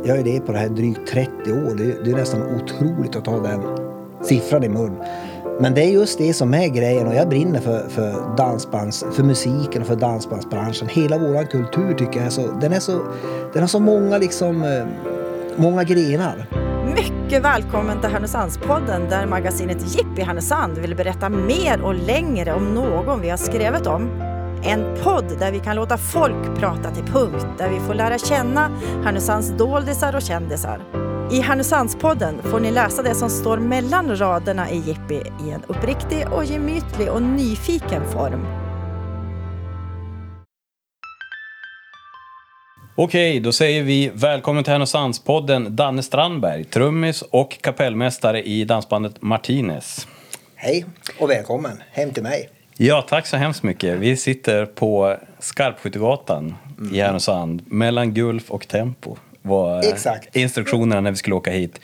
Jag är det på det här drygt 30 år. Det är nästan otroligt att ta den siffran i mun. Men det är just det som är grejen, och jag brinner för musiken och för dansbandsbranschen. Hela våran kultur tycker jag den har så många många grenar. Mycket välkommen till Härnösandspodden, där magasinet Jippi Härnösand vill berätta mer och längre om någon vi har skrivit om. En podd där vi kan låta folk prata till punkt, där vi får lära känna Härnösands doldisar och kändisar. I Härnösandspodden får ni läsa det som står mellan raderna i Jippi i en uppriktig och gemytlig och nyfiken form. Okej, då säger vi välkommen till Härnösandspodden Danne Strandberg, trummis och kapellmästare i dansbandet Martinez. Hej och välkommen hem till mig. Ja, tack så hemskt mycket. Vi sitter på Skarpskyttegatan i Härnösand, mellan Gulf och Tempo. Var Exakt. Instruktionerna när vi skulle åka hit.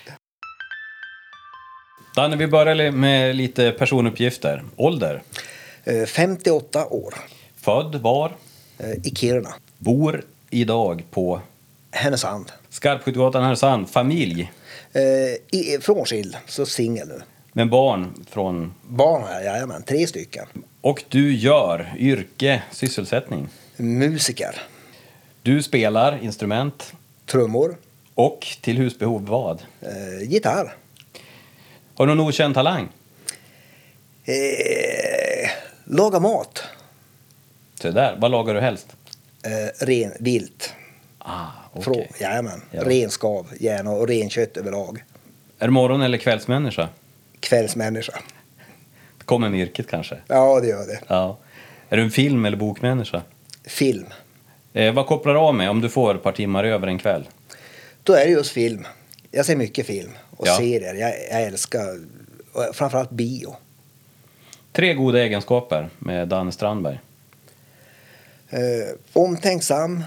Danne, vi börjar med lite personuppgifter. Ålder? 58 år. Född var? I Kiruna. Bor idag på? Härnösand. Skarpskyttegatan, Härnösand. Familj? Frånskild, så singel nu. Men barn från? Barn här, jajamän, 3 stycken. Och du gör yrke, sysselsättning? Musiker. Du spelar instrument? Trummor. Och till husbehov vad? Gitarr. Har du någon okänd talang? Laga mat. Så där, vad lagar du helst? Vilt. Okay. Jajamän. Ja. Renskav, gärna, och renkött överlag. Är du morgon- eller kvällsmänniska? Kvällsmänniska. Det kommer med yrket kanske? Ja, det gör det. Ja. Är du en film- eller bokmänniska? Film. Vad kopplar du av med om du får ett par timmar över en kväll? Då är det just film. Jag ser mycket film och Ja. serier. Jag älskar framförallt bio. 3 goda egenskaper med Danne Strandberg. Omtänksam.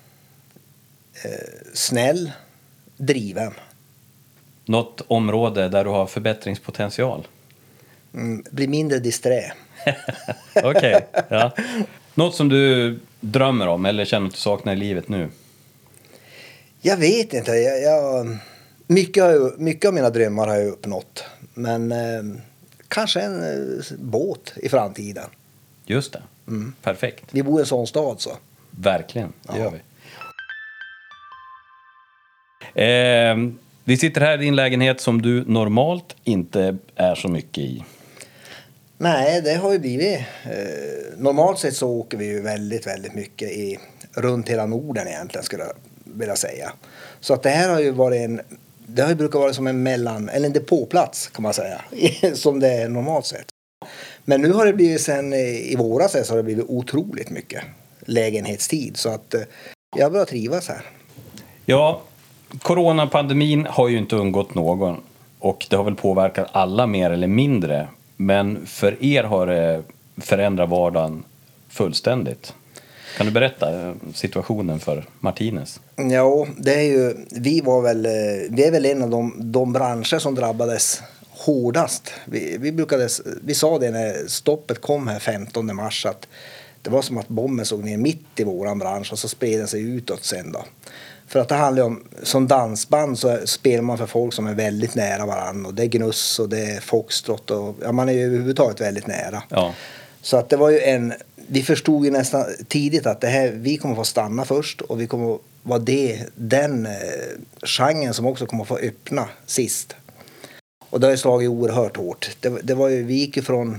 Snäll. Driven. Något område där du har förbättringspotential? Blir mindre disträ. Okej, ja. Något som du drömmer om eller känner att du saknar i livet nu? Jag vet inte. Mycket av mina drömmar har jag uppnått. Men kanske en båt i framtiden. Just det, perfekt. Vi bor i en sån stad så. Verkligen, det Ja. gör vi. Vi sitter här i din lägenhet som du normalt inte är så mycket i. Nej, det har ju blivit. Normalt sett så åker vi ju väldigt, väldigt mycket runt hela Norden egentligen, skulle jag vilja säga. Så att det här har ju varit det har ju brukat vara som en depåplats kan man säga, som det är normalt sett. Men nu har det blivit sen i våras så har det blivit otroligt mycket lägenhetstid, så att jag börjar trivas här. Ja, coronapandemin har ju inte undgått någon och det har väl påverkat alla mer eller mindre. Men för er har det förändrat vardagen fullständigt. Kan du berätta situationen för Martinez? Ja, det är ju, vi är väl en av de branscher som drabbades hårdast. Vi sa det när stoppet kom här 15 mars att det var som att bomben såg ner mitt i våran bransch och så spred den sig utåt sen då. För att det handlar om, som dansband så spelar man för folk som är väldigt nära varandra, och det är gnuss och det är foxtrot och man är ju överhuvudtaget väldigt nära. Ja. Så att det var ju vi förstod ju nästan tidigt att vi kommer få stanna först, och vi kommer vara den genren som också kommer få öppna sist. Och det har ju slagit oerhört hårt. Det var ju, vi gick ju från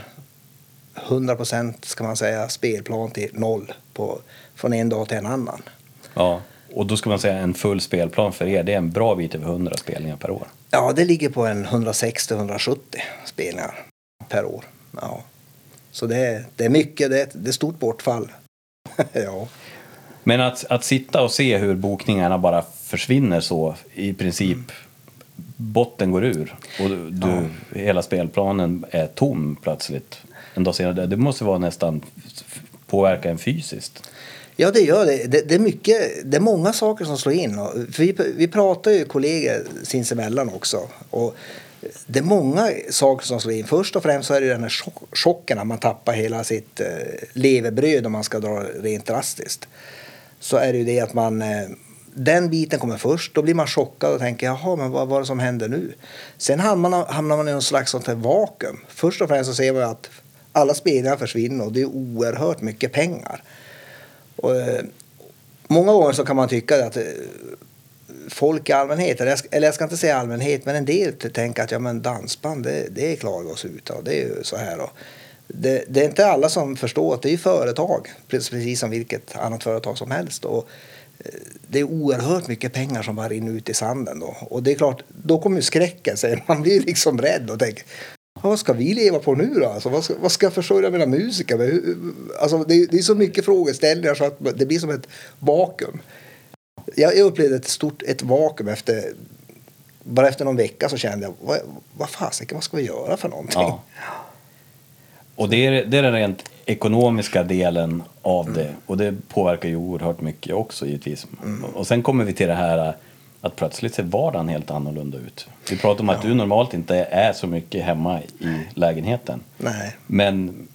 100% ska man säga spelplan till 0 från en dag till en annan. Ja, och då ska man säga en full spelplan för er, det är en bra bit över 100 spelningar per år. Ja, det ligger på en 160-170 spelningar per år. Ja. Så det är mycket, det är stort bortfall. Ja. Men att sitta och se hur bokningarna bara försvinner så, i princip botten går ur och hela spelplanen är tom plötsligt en dag senare, det måste vara nästan påverka en fysiskt. Ja, det gör det. Det är många saker som slår in. Vi pratar ju kollegor sinsemellan också. Och det är många saker som slår in. Först och främst så är det den här chocken att man tappar hela sitt levebröd, om man ska dra rent drastiskt. Så är det ju det att den biten kommer först. Då blir man chockad och tänker, jaha, men vad var det som händer nu? Sen hamnar man i någon slags sånt här vakuum. Först och främst så ser man att alla spelningar försvinner och det är oerhört mycket pengar. Och, många gånger så kan man tycka att folk i allmänhet, eller jag ska inte säga allmänhet, men en del tänker att ja, men dansband, det är klarar oss ut och det är ju så här. Och det är inte alla som förstår att det är företag, precis som vilket annat företag som helst. Och det är oerhört mycket pengar som bara rinner ut i sanden då. Och det är klart, då kommer ju skräcken, så man blir liksom rädd och tänker, vad ska vi leva på nu då? Alltså, vad ska jag försörja mina musiker? Alltså, det är så mycket frågeställningar så att det blir som ett vakuum. Jag upplevde ett vakuum bara efter någon vecka så kände jag, vad ska vi göra för någonting? Ja. Och det är den rent ekonomiska delen av det. Och det påverkar ju oerhört mycket också givetvis. Och sen kommer vi till det här att plötsligt ser vardagen helt annorlunda ut. Vi pratar om att du normalt inte är så mycket hemma i lägenheten. Nej. Men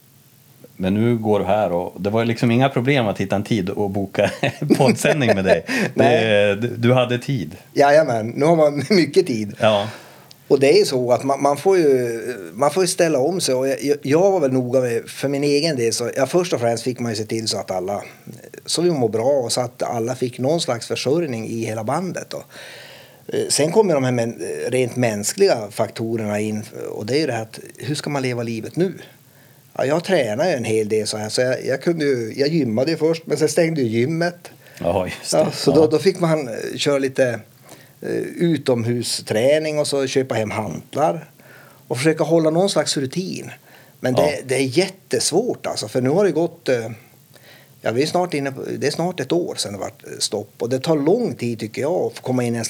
nu går du här och det var liksom inga problem att hitta en tid och boka poddsändning med dig. Du hade tid. Jajamän, nu har man mycket tid. Ja. Och det är ju så att man får ju ställa om sig. Och jag var väl noga med, för min egen del, så först och främst fick man ju se till så att alla, så vi mår bra och så att alla fick någon slags försörjning i hela bandet då. Sen kommer de här rent mänskliga faktorerna in, och det är ju det här att hur ska man leva livet nu? Ja, jag tränar ju en hel del så här, så jag gymmade ju först, men sen stängde ju gymmet. Ja, just det. Ja, så då fick man köra lite utomhusträning och så köpa hem hantlar och försöka hålla någon slags rutin. Men det är jättesvårt alltså, för nu har det gått vi är snart inne på, det är snart ett år sedan det var stopp, och det tar lång tid tycker jag att komma in i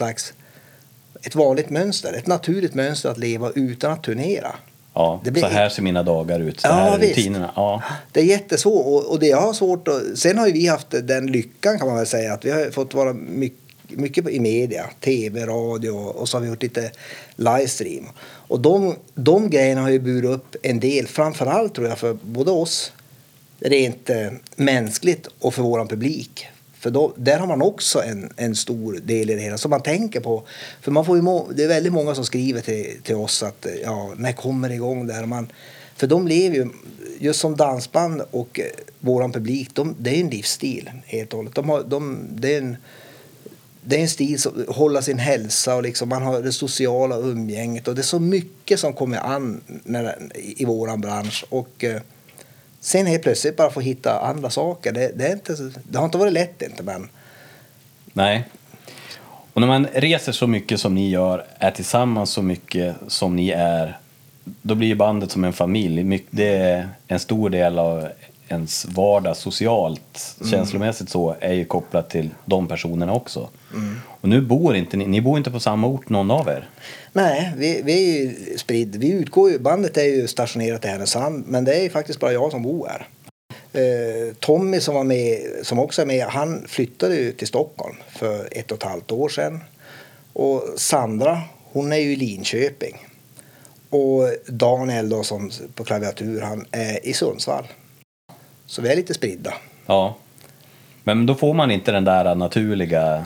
ett vanligt mönster, ett naturligt mönster att leva utan att turnera. Ja, så här ser mina dagar ut, så här är rutinerna. Ja. Det är jättesvårt och det jag har svårt sen har ju vi haft den lyckan kan man väl säga att vi har fått vara mycket i media, tv, radio, och så har vi gjort lite livestream. Och de grejerna har ju burit upp en del, framförallt tror jag för både oss rent mänskligt och för våran publik. För där har man också en stor del i det hela som man tänker på. För man får ju det är väldigt många som skriver till oss att när kommer det igång där för de lever ju just som dansband och våran publik, det är en livsstil helt och hållet. Det är en stil som håller sin hälsa och liksom man har det sociala umgänget och det är så mycket som kommer an i våran bransch och sen helt plötsligt bara få hitta andra saker. Det har inte varit lätt inte, men nej. Och när man reser så mycket som ni gör, är tillsammans så mycket som ni är, då blir bandet som en familj. Det är en stor del av ens vardag socialt, känslomässigt så, är ju kopplat till de personerna också. Och nu ni bor inte på samma ort någon av er. Nej, vi är ju spridd. Vi utgår ju, bandet är ju stationerat i Härnösand, men det är ju faktiskt bara jag som bor här. Tommy som också är med, han flyttade ju till Stockholm för 1,5 år sedan. Och Sandra, hon är ju i Linköping. Och Daniel då som på klaviatur, han är i Sundsvall. Så vi är lite spridda. Ja. Men då får man inte den där naturliga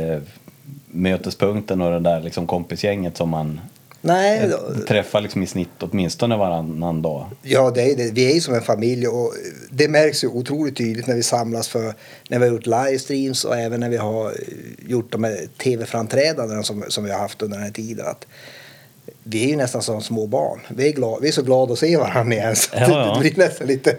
mötespunkten och den där liksom kompisgänget som man träffar liksom i snitt åtminstone varannan dag. Ja, det är det. Vi är ju som en familj och det märks ju otroligt tydligt när vi samlas när vi har gjort livestreams och även när vi har gjort de här tv-framträdandena som vi har haft under den här tiden. Att vi är ju nästan som små barn. Vi är så glada att se varandra igen. Så det blir nästan lite...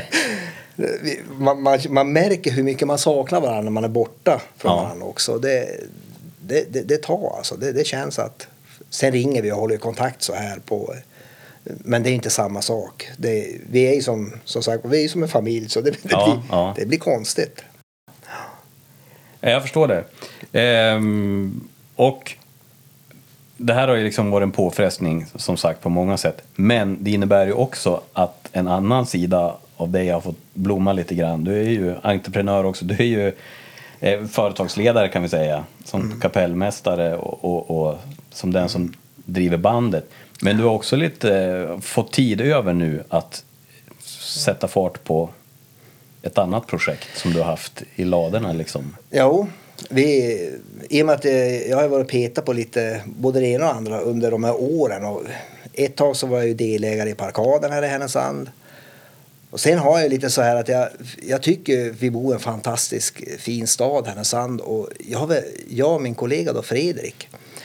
man märker hur mycket man saknar varandra när man är borta från varandra också. Det tar alltså. Det känns att... Sen ringer vi och håller kontakt så här på... Men det är inte samma sak. Vi är ju som sagt, vi är som en familj, så det blir konstigt. Jag förstår det. Och det här har ju liksom varit en påfrestning som sagt på många sätt. Men det innebär ju också att en annan sida av dig har fått blomma lite grann. Du är ju entreprenör också. Du är ju företagsledare kan vi säga. Som kapellmästare och som den som driver bandet. Men du har också lite fått tid över nu att sätta fart på ett annat projekt som du har haft i ladorna liksom. Jo, I och med att jag har varit petat på lite både det ena och andra under de här åren. Och ett tag så var jag ju delägare i Parkaden här i Härnösand. Och sen har jag lite så här att jag tycker vi bor i en fantastisk fin stad, Härnösand. Och jag och min kollega då, Fredrik,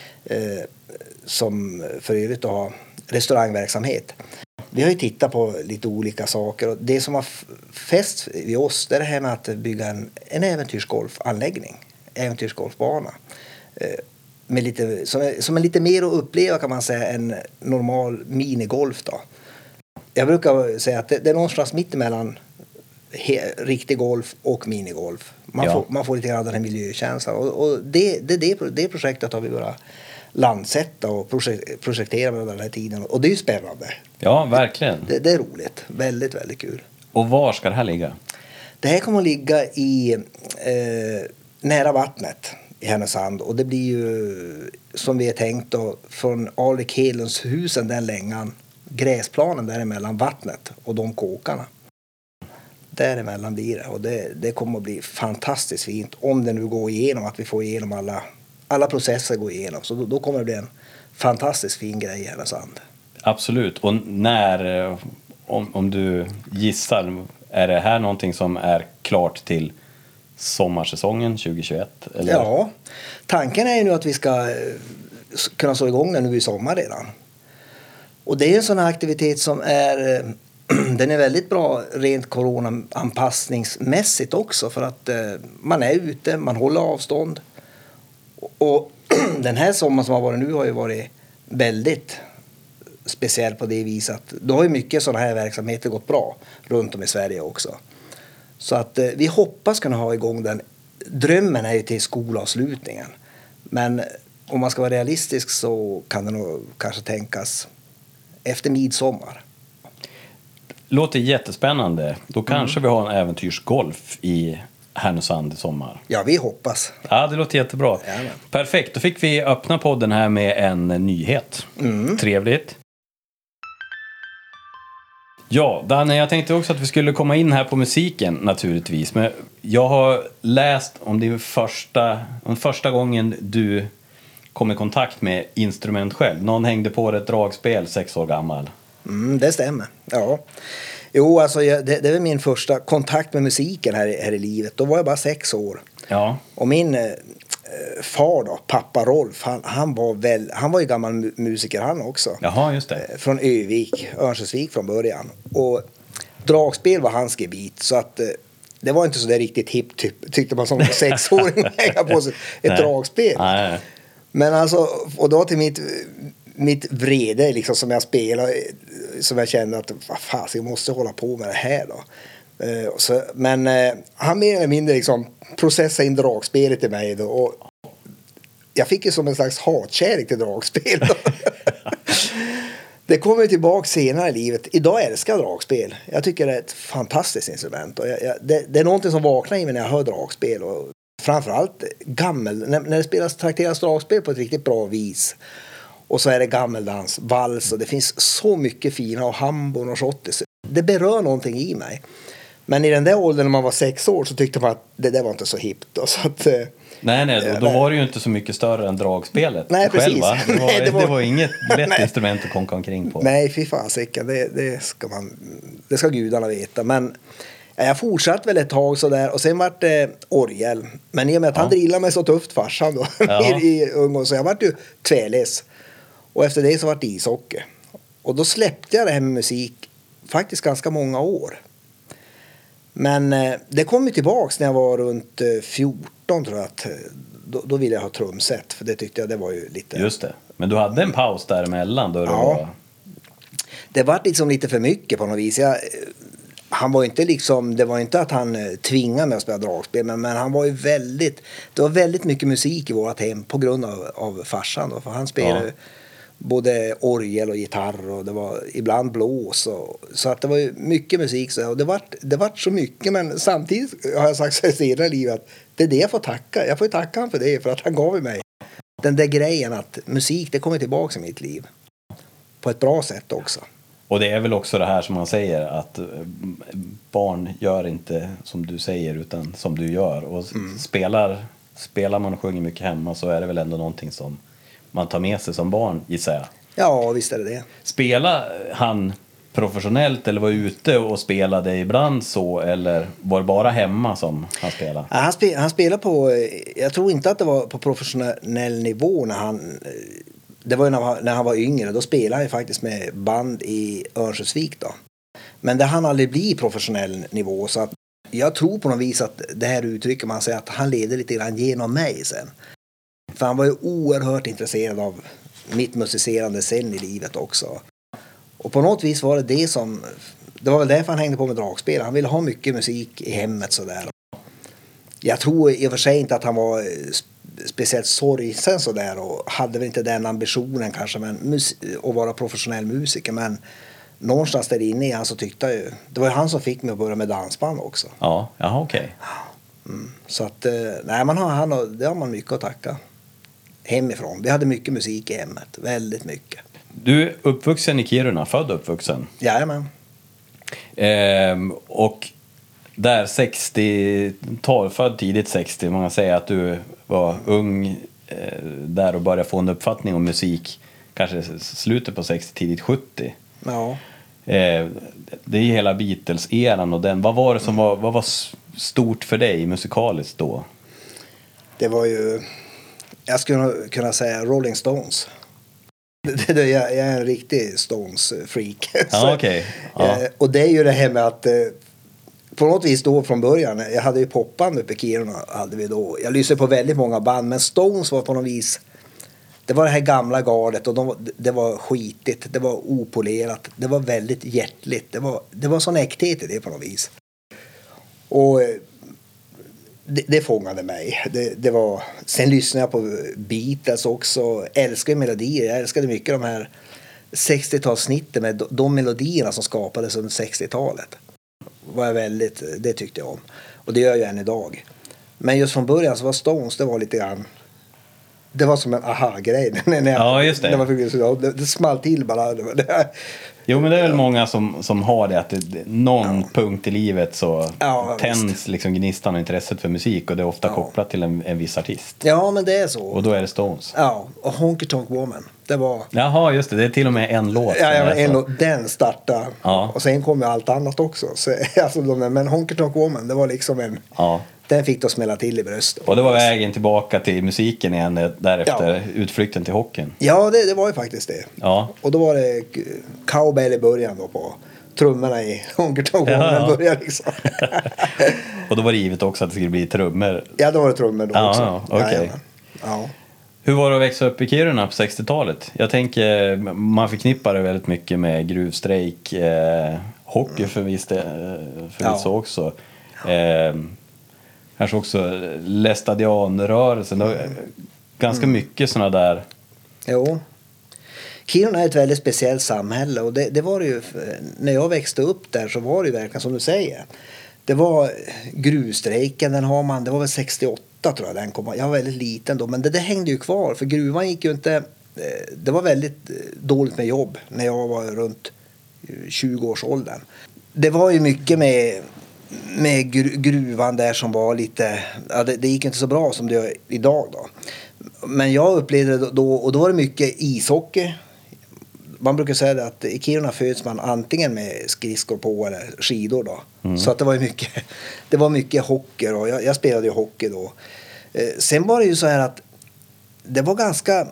som för övrigt har restaurangverksamhet. Vi har ju tittat på lite olika saker. Och det som har fäst vid oss, det är det här med att bygga en äventyrsgolfanläggning. Äventyrsgolfbana. Med lite, som är lite mer att uppleva kan man säga än normal minigolf då. Jag brukar säga att det är någonstans mitt emellan riktig golf och minigolf. Man får lite grann den här miljökänslan. Och det projektet har vi börjat landsätta och projektera med den här tiden. Och det är ju spännande. Ja, verkligen. Det är roligt. Väldigt, väldigt kul. Och var ska det här ligga? Det här kommer att ligga i nära vattnet i Härnösand. Och det blir ju, som vi har tänkt då, från Alrik Hedlunds husen den längan. Gräsplanen däremellan vattnet och de kåkarna. Däremellan blir det. Och det kommer att bli fantastiskt fint. Om det nu går igenom, att vi får igenom alla processer går igenom. Så då kommer det bli en fantastiskt fin grej i Härnösand. Absolut. Och när, om du gissar, är det här någonting som är klart till sommarsäsongen 2021? Eller? Ja, tanken är ju nu att vi ska kunna slå igång den nu i sommar redan. Och det är en sån här aktivitet som den är väldigt bra rent coronaanpassningsmässigt också. För att man är ute, man håller avstånd. Och den här sommaren som har varit nu har ju varit väldigt speciell på det viset att då har ju mycket sådana här verksamheter gått bra runt om i Sverige också. Så att vi hoppas kunna ha igång den. Drömmen är ju till skolavslutningen. Men om man ska vara realistisk så kan det nog kanske tänkas efter midsommar. Låter jättespännande. Då kanske vi har en äventyrsgolf i Härnösand i sommar. Ja, vi hoppas. Ja, det låter jättebra. Ja. Perfekt, då fick vi öppna podden här med en nyhet. Trevligt. Ja, Danne, jag tänkte också att vi skulle komma in här på musiken naturligtvis. Men jag har läst om det första gången du kom i kontakt med instrument själv. Någon hängde på ett dragspel 6 år gammal. Det stämmer, ja. Jo, alltså det är min första kontakt med musiken här i livet. Då var jag bara 6 år. Ja. Och min far då, pappa Rolf, han var ju gammal musiker han också. Jaha, just det. Från Örnsköldsvik från början. Och dragspel var hans gebit, så att det var inte så där riktigt hippt tyckte man som 6-åring att hänga på sig ett dragspel. Nej. Men alltså, och då till mitt vrede liksom som jag spelade, som jag kände att vad fan, jag måste hålla på med det här då. Men han mer eller mindre liksom processade in dragspelet i mig då, och jag fick ju som en slags hatkärlek till dragspel då. Det kommer tillbaka senare i livet. Idag älskar jag dragspel. Jag tycker det är ett fantastiskt instrument. Och det är någonting som vaknar i mig när jag hör dragspel. Och framförallt när det trakteras dragspel på ett riktigt bra vis. Och så är det gammeldans, vals, och det finns så mycket fina, och hambon och schottis. Det berör någonting i mig. Men i den där åldern när man var 6 år så tyckte man att det där var inte så hippt. Då, så att, nej, då var det ju inte så mycket större än dragspelet. Nej, själv, precis. Va? Det var inget lätt instrument att konka omkring på. Nej, fy fasiken. Det ska gudarna veta. Men jag fortsatte väl ett tag så där, och sen var det orgel. Men i och med att han drillade mig så tufft, farsan då, i ung år, så jag var ju tvärlös. Och efter det så var det ishockey. Och då släppte jag det här med musik faktiskt ganska många år. Men det kom ju tillbaks när jag var runt 14 tror jag, att då ville jag ha trumset, för det tyckte jag det var ju lite. Just det. Men du hade en paus däremellan då? Ja. Det var liksom lite för mycket på något vis. Han var inte liksom, det var inte att han tvingade mig att spela dragspel, men han var ju det var väldigt mycket musik i vårt hem på grund av farsan då, för han spelade både orgel och gitarr, och det var ibland blås, så att det var ju mycket musik så, och det var så mycket, men samtidigt har jag sagt så senare i livet att det är det jag får tacka. Jag får tacka han för det, för att han gav mig den där grejen att musik, det kommer tillbaka i mitt liv på ett bra sätt också. Och det är väl också det här som man säger, att barn gör inte som du säger utan som du gör, och spelar spelar man och sjunger mycket hemma så är det väl ändå någonting som man tar med sig som barn, gissar jag. Ja, visst är det. Spela han professionellt eller var ute och spelade ibland så, eller var det bara hemma som han spelade? Ja, han spelar på, jag tror inte att det var på professionell nivå det var ju när han var yngre, då spelade han faktiskt med band i Örnsköldsvik då. Men det hann aldrig bli professionell nivå, så att jag tror på något vis att det här uttrycker man säger att han leder lite grann genom mig sen. För han var ju oerhört intresserad av mitt musicerande sen i livet också. Och på något vis var det var väl därför han hängde på med dragspel. Han ville ha mycket musik i hemmet sådär. Jag tror i och för sig inte att han var speciellt sorgsen sådär och hade väl inte den ambitionen kanske att vara professionell musiker, men någonstans där inne i han så tyckte jag ju, det var ju han som fick mig att börja med dansband också. Ja, jaha, okej. Så att, nej, det har man mycket att tacka hemifrån. Vi hade mycket musik i hemmet, väldigt mycket. Du är uppvuxen i Kiruna, född och uppvuxen. Jajamän. Och där 60-tal, född tidigt 60, många säger att du var ung där och började få en uppfattning om musik kanske slutet på 60, tidigt 70. Ja. Det är hela Beatles-eran och den. Vad var det som vad var stort för dig musikaliskt då? Det var ju, jag skulle kunna säga Rolling Stones. Jag är en riktig Stones-freak. Ja, okej. Ja. Och det är ju det här med att på något vis då från början, jag hade ju popband uppe i Kiruna, hade vi då. Jag lyssnade på väldigt många band, men Stones var på något vis, det var det här gamla gardet och det var skitigt, det var opolerat, det var väldigt hjärtligt, det var sån äkthet i det på något vis. Och det fångade mig. Det var, sen lyssnade jag på Beatles också, älskade melodier, jag älskade mycket de här 60-talssnitten med de melodierna som skapades under 60-talet. Det tyckte jag om. Och det gör jag än idag. Men just från början så var Stones, det var lite grann, det var som en aha-grej. Ja, just det. Det small till bara. Jo, men det är väl många som har det, att någon punkt i livet så tänds liksom gnistan och intresset för musik, och det är ofta kopplat till en viss artist. Ja, men det är så. Och då är det Stones. Ja, och Honky Tonk Woman. Det var... Jaha, just det. Det är till och med en låt. Den startade. Ja. Och sen kom ju allt annat också. Så, alltså, men Honky Tonk Woman, det var liksom en... Ja. Den fick då smälla till i bröstet. Och det var vägen tillbaka till musiken igen därefter, utflykten till hockeyn. Ja, det var ju faktiskt det. Ja. Och då var det cowbell i början då på trummorna i Honky Tonk Woman började liksom. Och då var det givet också att det skulle bli trummor. Ja, då var det trummor då också. Ja, okej. Ja. Hur var det att växa upp i Kiruna på 60-talet? Jag tänker, man förknippar det väldigt mycket med gruvstrejk, hockey förvisso också. Kanske också Lästadianrörelsen. Ganska mycket sådana där. Jo. Kiruna är ett väldigt speciellt samhälle, och det var det ju, när jag växte upp där så var det ju verkligen som du säger. Det var gruvstrejken, det var väl 68 tror jag den kom. Jag var väldigt liten då, men det hängde ju kvar, för gruvan gick ju inte, det var väldigt dåligt med jobb när jag var runt 20-årsåldern. Det var ju mycket med gruvan där som var lite, det gick inte så bra som det gör idag då. Men jag upplevde det då, och då var det mycket ishockey. Man brukar säga att i Kiruna föds man antingen med skridskor på eller skidor då. Så att det var mycket hockey då. Jag spelade ju hockey då. Sen var det ju så här att det var ganska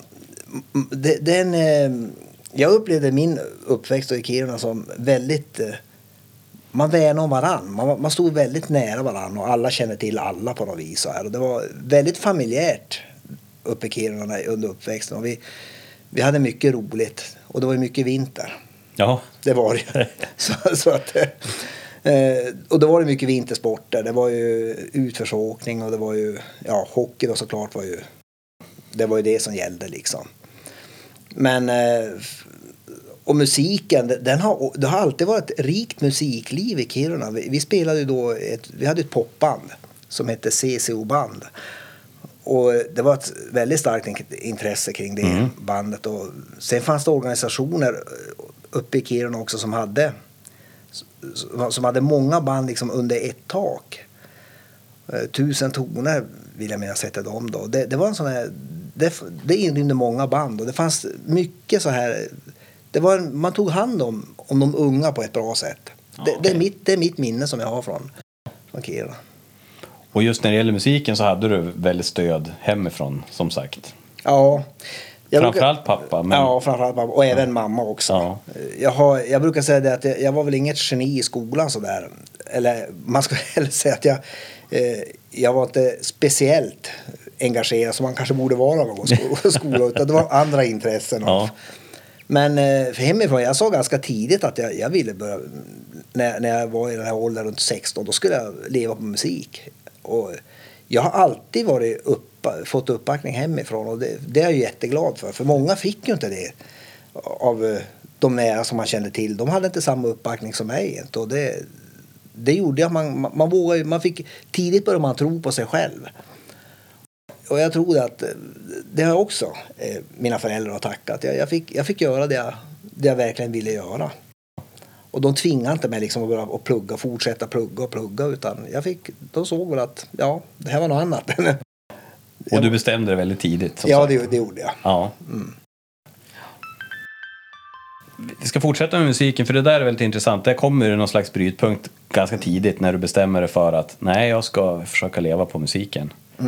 jag upplevde min uppväxt i Kiruna som väldigt, man värnade om varann. Man stod väldigt nära varann och alla kände till alla på något vis så här. Och det var väldigt familjärt uppe i Kiruna under uppväxten, och vi hade mycket roligt, och det var ju mycket vinter. Ja. Det var det. så att, och då var det mycket vintersporter. Det var ju utförsåkning, och det var ju hockey då såklart det var ju det som gällde liksom. Men och musiken, det har alltid varit ett rikt musikliv i Kiruna. Vi spelade ju då vi hade ett popband som hette CCO-band. Och det var ett väldigt starkt intresse kring det bandet. Och sen fanns det organisationer uppe i Kiruna också som hade många band liksom under ett tak. 1000 toner vill jag minnas hette dem då. Det var en sån här, det inrymde många band och det fanns mycket så här, man tog hand om de unga på ett bra sätt. Det är mitt minne som jag har från Kiruna. Och just när det gäller musiken så hade du väldigt stöd hemifrån, som sagt. Ja. Framförallt pappa. Men... Ja, framförallt pappa. Och även mamma också. Ja. Jag brukar säga det att jag var väl inget geni i skolan sådär. Eller man ska hellre säga att jag var inte speciellt engagerad som man kanske borde vara när man går skolan. Utan det var andra intressen. Ja. Men för hemifrån, jag sa ganska tidigt att jag ville börja, när jag var i den här åldern runt 16, då skulle jag leva på musik. Och jag har alltid fått uppbackning hemifrån och det är jag jätteglad för många fick ju inte det av de nära som man kände till. De hade inte samma uppbackning som mig och det gjorde att man vågade, man fick tidigt börja man tro på sig själv. Och jag tror att det har också mina föräldrar har tackat. Jag fick göra det jag verkligen ville göra. Och de tvingade inte mig liksom att börja fortsätta plugga, utan de såg väl att det här var något annat. Och du bestämde det väldigt tidigt. Ja, det gjorde jag. Ja. Vi ska fortsätta med musiken, för det där är väldigt intressant. Där kommer det någon slags brytpunkt ganska tidigt när du bestämmer dig för att nej, jag ska försöka leva på musiken.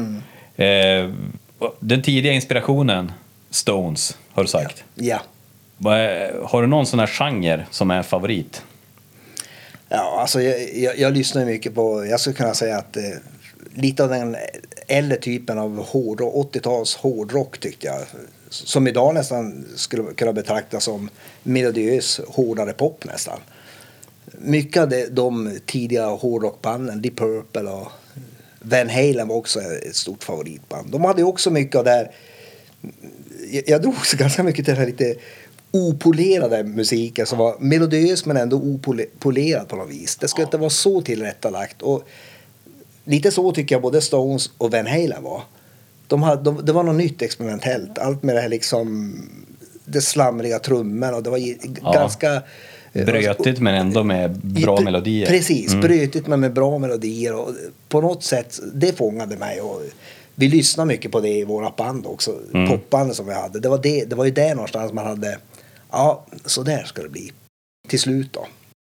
Den tidiga inspirationen, Stones, har du sagt. Ja. Har du någon sån här genre som är favorit? Ja, alltså jag lyssnar mycket på, jag skulle kunna säga att lite av den äldre typen av hårdrock, 80-tals hårdrock tyckte jag, som idag nästan skulle kunna betraktas som melodiös hårdare pop nästan. Mycket av de tidiga hårdrockbanden, Deep Purple och Van Halen var också ett stort favoritband. De hade också mycket av det här, jag drog också ganska mycket till det här lite opolerade musiken som var melodiös men ändå opolerad på något vis. Det ska inte vara så tillrättalagt. Och lite så tycker jag både Stones och Van Halen var. Det var något nytt experimentellt. Allt med det här liksom det slamriga trummen och det var ganska brötigt men ändå med bra melodier. Precis, brötigt men med bra melodier och på något sätt det fångade mig och vi lyssnade mycket på det i våra band också, popbandet som vi hade. Det var ju där någonstans man hade så där ska det bli till slut då.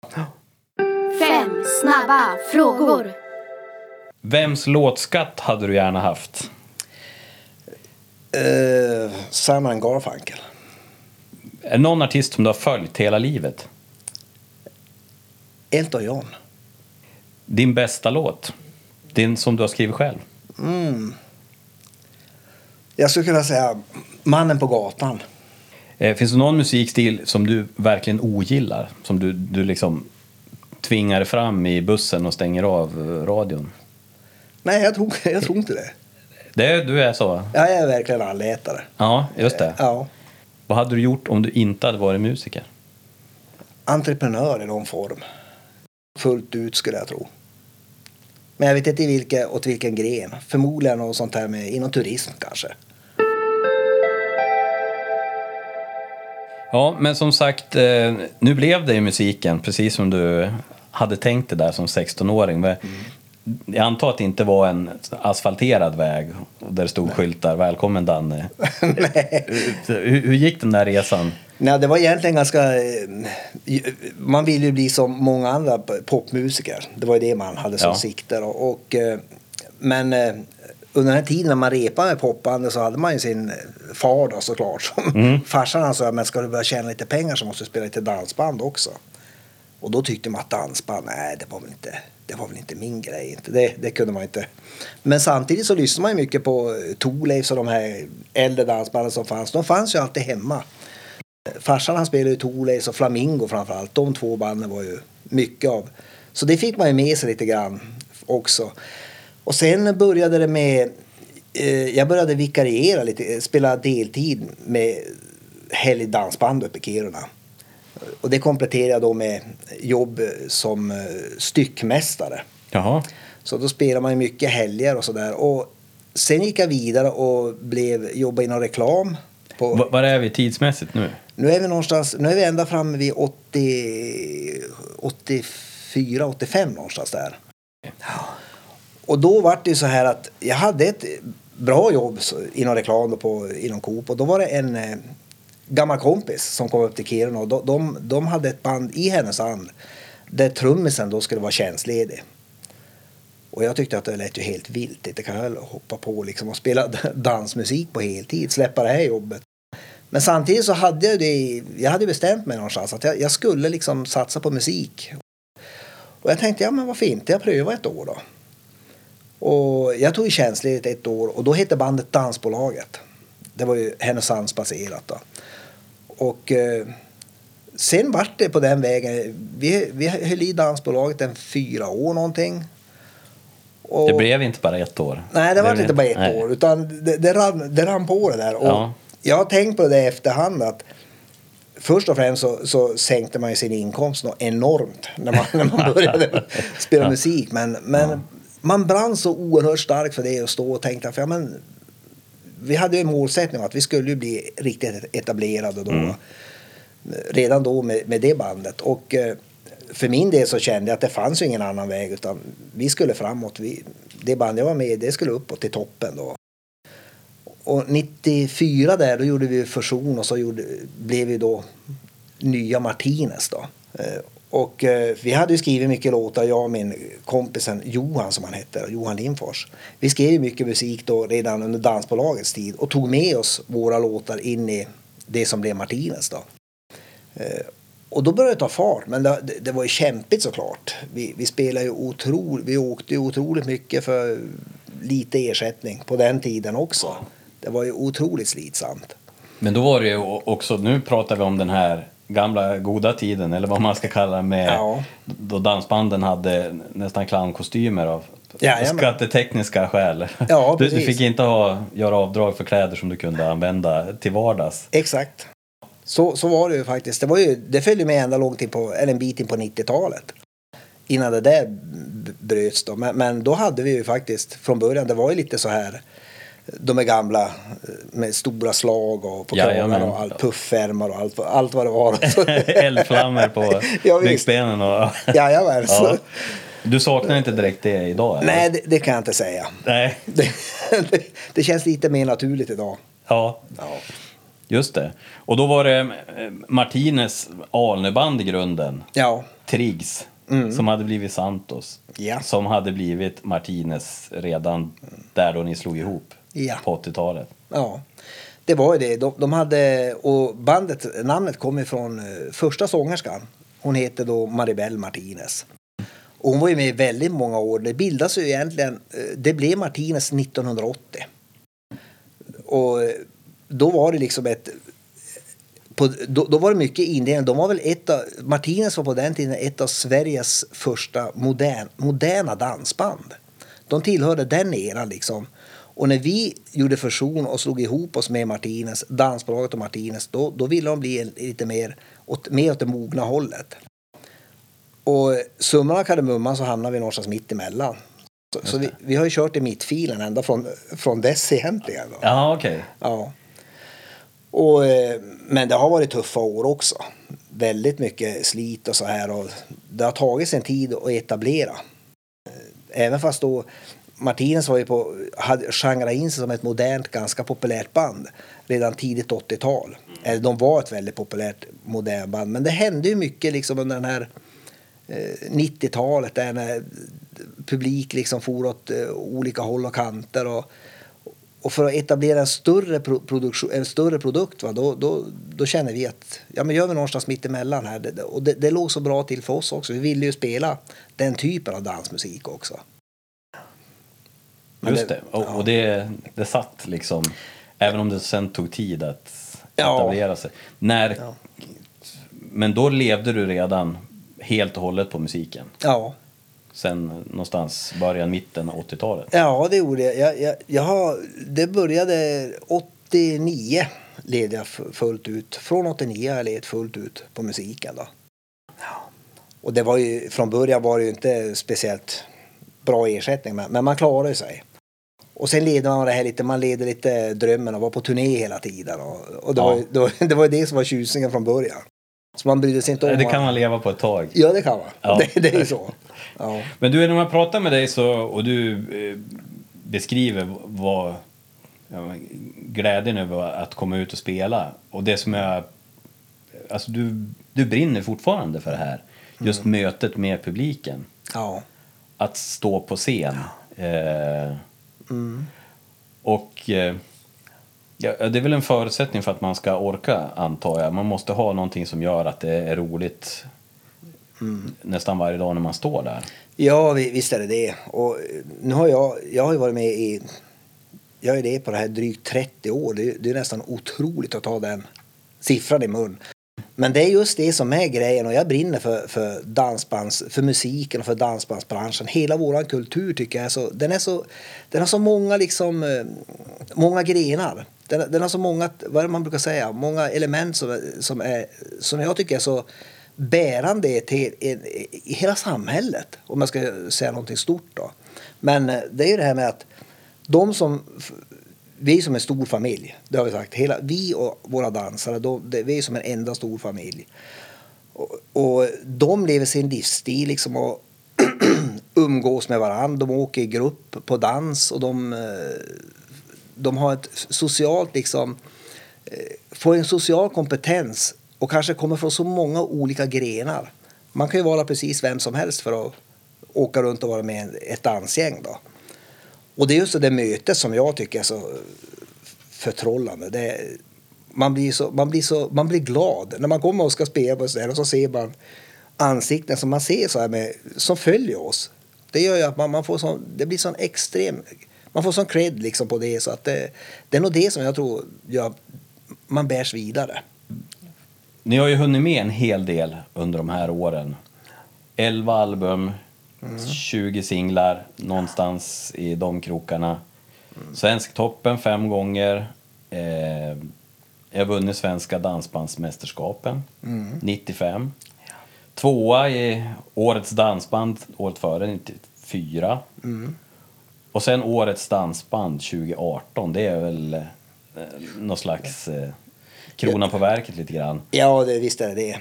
5 snabba frågor. Vems låtskatt hade du gärna haft? Simon & Garfunkel. Är det någon artist som du har följt hela livet? Elton John. Din bästa låt? Din som du har skrivit själv? Jag skulle kunna säga Mannen på gatan. Finns det någon musikstil som du verkligen ogillar? Som du liksom tvingar fram i bussen och stänger av radion? Nej, jag tror inte det. Du är så? Jag är verkligen allätare. Ja, just det. Ja. Vad hade du gjort om du inte hade varit musiker? Entreprenör i någon form. Fullt ut skulle jag tro. Men jag vet inte åt vilken gren. Förmodligen något sånt här inom turism kanske. Ja, men som sagt, nu blev det ju musiken precis som du hade tänkt det där som 16-åring. Jag antar att det inte var en asfalterad väg där det stod skyltar, välkommen Danne. Nej. Hur gick den där resan? Nej, det var egentligen ganska... Man ville ju bli som många andra popmusiker. Det var ju det man hade som sikte. Men under den här tiden när man repade med popbandet så hade man ju sin far då såklart. Farsan han sa, men ska du börja tjäna lite pengar så måste du spela lite dansband också. Och då tyckte man att dansband, nej det var väl inte min grej. Det kunde man inte. Men samtidigt så lyssnade man ju mycket på Thorleifs och de här äldre dansbanden som fanns. De fanns ju alltid hemma. Farsan han spelade ju Thorleifs och Flamingo framförallt. De två banden var ju mycket av. Så det fick man ju med sig lite grann också. Och sen började det med... jag började vikariera lite, spela deltid med helgdansband uppe i Kiruna. Och det kompletterade jag då med jobb som styckmästare. Jaha. Så då spelar man ju mycket helger och sådär. Och sen gick jag vidare och jobbade inom reklam. Var är vi tidsmässigt nu? Nu är vi ända framme vid 84-85 någonstans där. Ja. Och då var det ju så här att jag hade ett bra jobb inom reklam inom Coop. Och då var det en gammal kompis som kom upp till Kiruna. Och de hade ett band i Härnösand där trummisen då skulle vara tjänstledig. Och jag tyckte att det lät ju helt vilt. Det kan jag hoppa på liksom och spela dansmusik på heltid. Släppa det här jobbet. Men samtidigt så hade jag hade bestämt mig någonstans att jag skulle liksom satsa på musik. Och jag tänkte, ja men varför inte? Jag prövar ett år då. Och jag tog ju tjänstledigt ett år och då hette bandet Dansbolaget. Det var ju Härnösands baserat då. Och sen vart det på den vägen. Vi höll i Dansbolaget 4 år någonting. Och, det blev inte bara 1 år. Nej, det var inte bara ett år. Utan det rann på det där. Och jag har tänkt på det i efterhand att först och främst så sänkte man ju sin inkomst enormt när man började spela musik. Men man brann så oerhört starkt för det och stå och tänkte att vi hade ju en målsättning att vi skulle bli riktigt etablerade då. Redan då med det bandet. Och för min del så kände jag att det fanns ju ingen annan väg utan vi skulle framåt. Det band jag var med det skulle uppåt till toppen då. Och 94 där då gjorde vi fusion och så blev vi då nya Martinez då. Och vi hade ju skrivit mycket låtar, jag och min kompisen Johan som han hette, Johan Lindfors. Vi skrev mycket musik då redan under Dansbolagets tid och tog med oss våra låtar in i det som blev Martinez då. Och då började det ta fart, men det var ju kämpigt såklart. Vi spelade ju vi åkte ju otroligt mycket för lite ersättning på den tiden också. Det var ju otroligt slitsamt. Men då var det ju också, nu pratar vi om den här gamla goda tiden, eller vad man ska kalla med, då dansbanden hade nästan clownkostymer av skattetekniska skäl. Ja, du fick inte göra avdrag för kläder som du kunde använda till vardags. Exakt. Så var det ju faktiskt. Det följde med ända långt in på, eller en bit in på 90-talet. Innan det där bröts då. Men då hade vi ju faktiskt, från början, det var ju lite så här, de är gamla med stora slag och på kragarna och puffärmar och allt vad det var. Eldflammor på byggspenen och... Jajamän. Ja. Du saknar inte direkt det idag? Eller? Nej, det kan jag inte säga. Nej. Det känns lite mer naturligt idag. Ja. Just det. Och då var det Martinez Alnöband i grunden. Ja. Triggs. Som hade blivit Santos. Ja. Som hade blivit Martinez redan där då ni slog ihop på 80-talet. Ja, det var ju det. De hade, och namnet kom ifrån första sångerskan. Hon heter då Maribel Martinez. Och hon var ju med i väldigt många år. Det bildades ju egentligen, det blev Martinez 1980. Och då var det liksom då var det mycket indelning. De var väl Martinez var på den tiden ett av Sveriges första moderna dansband. De tillhörde den eran liksom. Och när vi gjorde fusion och slog ihop oss med Martinez, Dansbolaget och Martinez, då ville de bli lite mer åt det mogna hållet. Och summan av kardemumman så hamnade vi någonstans mitt emellan. Så vi har ju kört i mittfilen ända från dess egentligen. Ja, okej. Ja. Men det har varit tuffa år också. Väldigt mycket slit och så här. Och det har tagit sin tid att etablera. Även fast då Martinez hade genrat in sig som ett modernt, ganska populärt band redan tidigt 80-tal. Eller de var ett väldigt populärt modernt band. Men det hände ju mycket liksom under den här 90-talet där när publik liksom for åt olika håll och kanter och för att etablera en större produkt då känner vi att men gör vi någonstans mitt emellan här och det låg så bra till för oss också. Vi ville ju spela den typen av dansmusik också. Men just det. Och det satt liksom, även om det sen tog tid att etablera sig. Men då levde du redan helt och hållet på musiken? Ja. Sen någonstans början, mitten av 80-talet? Ja, det gjorde jag. Det började 89 led jag fullt ut. Från 89 har jag led fullt ut på musiken då. Ja. Och det var ju, från början var det ju inte speciellt bra ersättning, men man klarade sig. Och sen ledde man det här lite, man ledde lite drömmen och var på turné hela tiden. Och det var ju det som var tjusningen från början. Så man brydde sig inte om... Det kan man leva på ett tag. Ja, det kan man. Ja. Det är ju så. Ja. Men du, när man pratar med dig så, och du beskriver vad glädjen över att komma ut och spela. Och det som är... Alltså du brinner fortfarande för det här. Just mötet med publiken. Ja. Att stå på scen. Och det är väl en förutsättning för att man ska orka, antar jag. Man måste ha någonting som gör att det är roligt nästan varje dag när man står där. Ja, visst är det. Och nu har jag har ju varit med i... Jag är det på det här drygt 30 år. Det är nästan otroligt att ta den siffran i mun. Men det är just det som är grejen, och jag brinner för dansbands, för musiken och för dansbandsbranschen. Hela våran kultur tycker jag den har så många liksom, många grenar. Den har så många, vad är det man brukar säga, många element som jag tycker är så bärande till i hela samhället, om jag ska säga någonting stort då. Men det är ju det här med att vi som en stor familj, det har vi sagt, vi och våra dansare, vi är som en enda stor familj. Och de lever sin livsstil liksom och umgås med varandra. De åker i grupp på dans och de har ett socialt liksom, får en social kompetens och kanske kommer från så många olika grenar. Man kan ju vara precis vem som helst för att åka runt och vara med ett dansgäng då. Och det är just det mötet som jag tycker är så förtrollande. Man blir glad när man kommer och ska spela på så här, och så ser man ansikten som man ser så här som följer oss. Det gör ju att man får det blir sån extrem, man får sån cred liksom på det, så att det är nog det som jag tror man bärs vidare. Ni har ju hunnit med en hel del under de här åren. 11 album, 20 singlar, någonstans i de krokarna. Svensk toppen 5 gånger. Jag har vunnit svenska dansbandsmästerskapen 95. 2:a i årets dansband året före 94. Och sen årets dansband 2018. Det är väl någon slags kronan på verket lite grann. Ja, visst är det.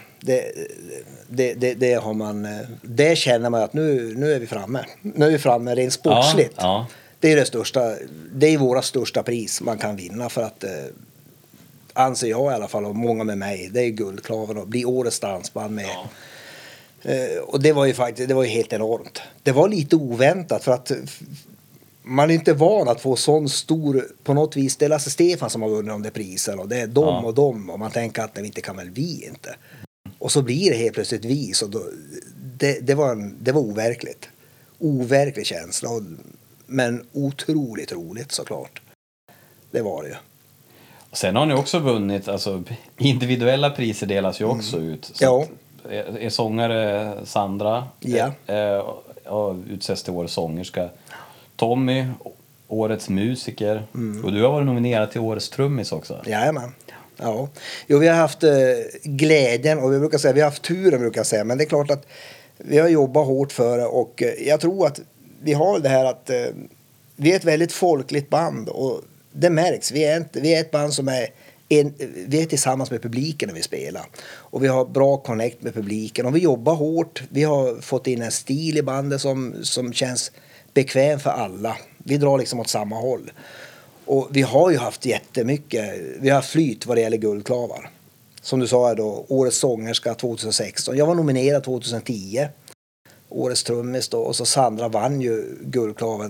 Det har man. Det känner man att nu är vi framme. Nu är vi framme rent sportsligt. Ja. Det är det största. Det är våra största pris man kan vinna, för att anser jag i alla fall, och många med mig, det är Guldklaven och bli årets dansband med. Ja. Och det var ju helt enormt. Det var lite oväntat, för att man är inte van att få sån stor, på något vis, det är Lasse Stefan som har vunnit om det priser, och det är dem och dem, och man tänker att inte kan väl vi inte. Och så blir det helt plötsligt vi, så då, det var overkligt. Overklig känsla, men otroligt roligt såklart. Det var det ju. Sen har ni också vunnit, alltså individuella priser delas ju också ut. Så är sångare Sandra utses till årets sångerska. Tommy, årets musiker. Och du har varit nominerad till årets trummis också. Jajamän. Ja. Jo, vi har haft glädjen, och vi har haft turen, brukar jag säga. Men det är klart att vi har jobbat hårt för det, och jag tror att vi har det här att vi är ett väldigt folkligt band, och det märks. Vi är ett band som vi är tillsammans med publiken när vi spelar. Och vi har bra connect med publiken, och vi jobbar hårt. Vi har fått in en stil i bandet som känns bekväm för alla. Vi drar liksom åt samma håll. Och vi har ju haft jättemycket. Vi har flyt vad det gäller Guldklavar. Som du sa då, årets sångerska 2016. Jag var nominerad 2010. Årets trummis då. Och så Sandra vann ju Guldklaven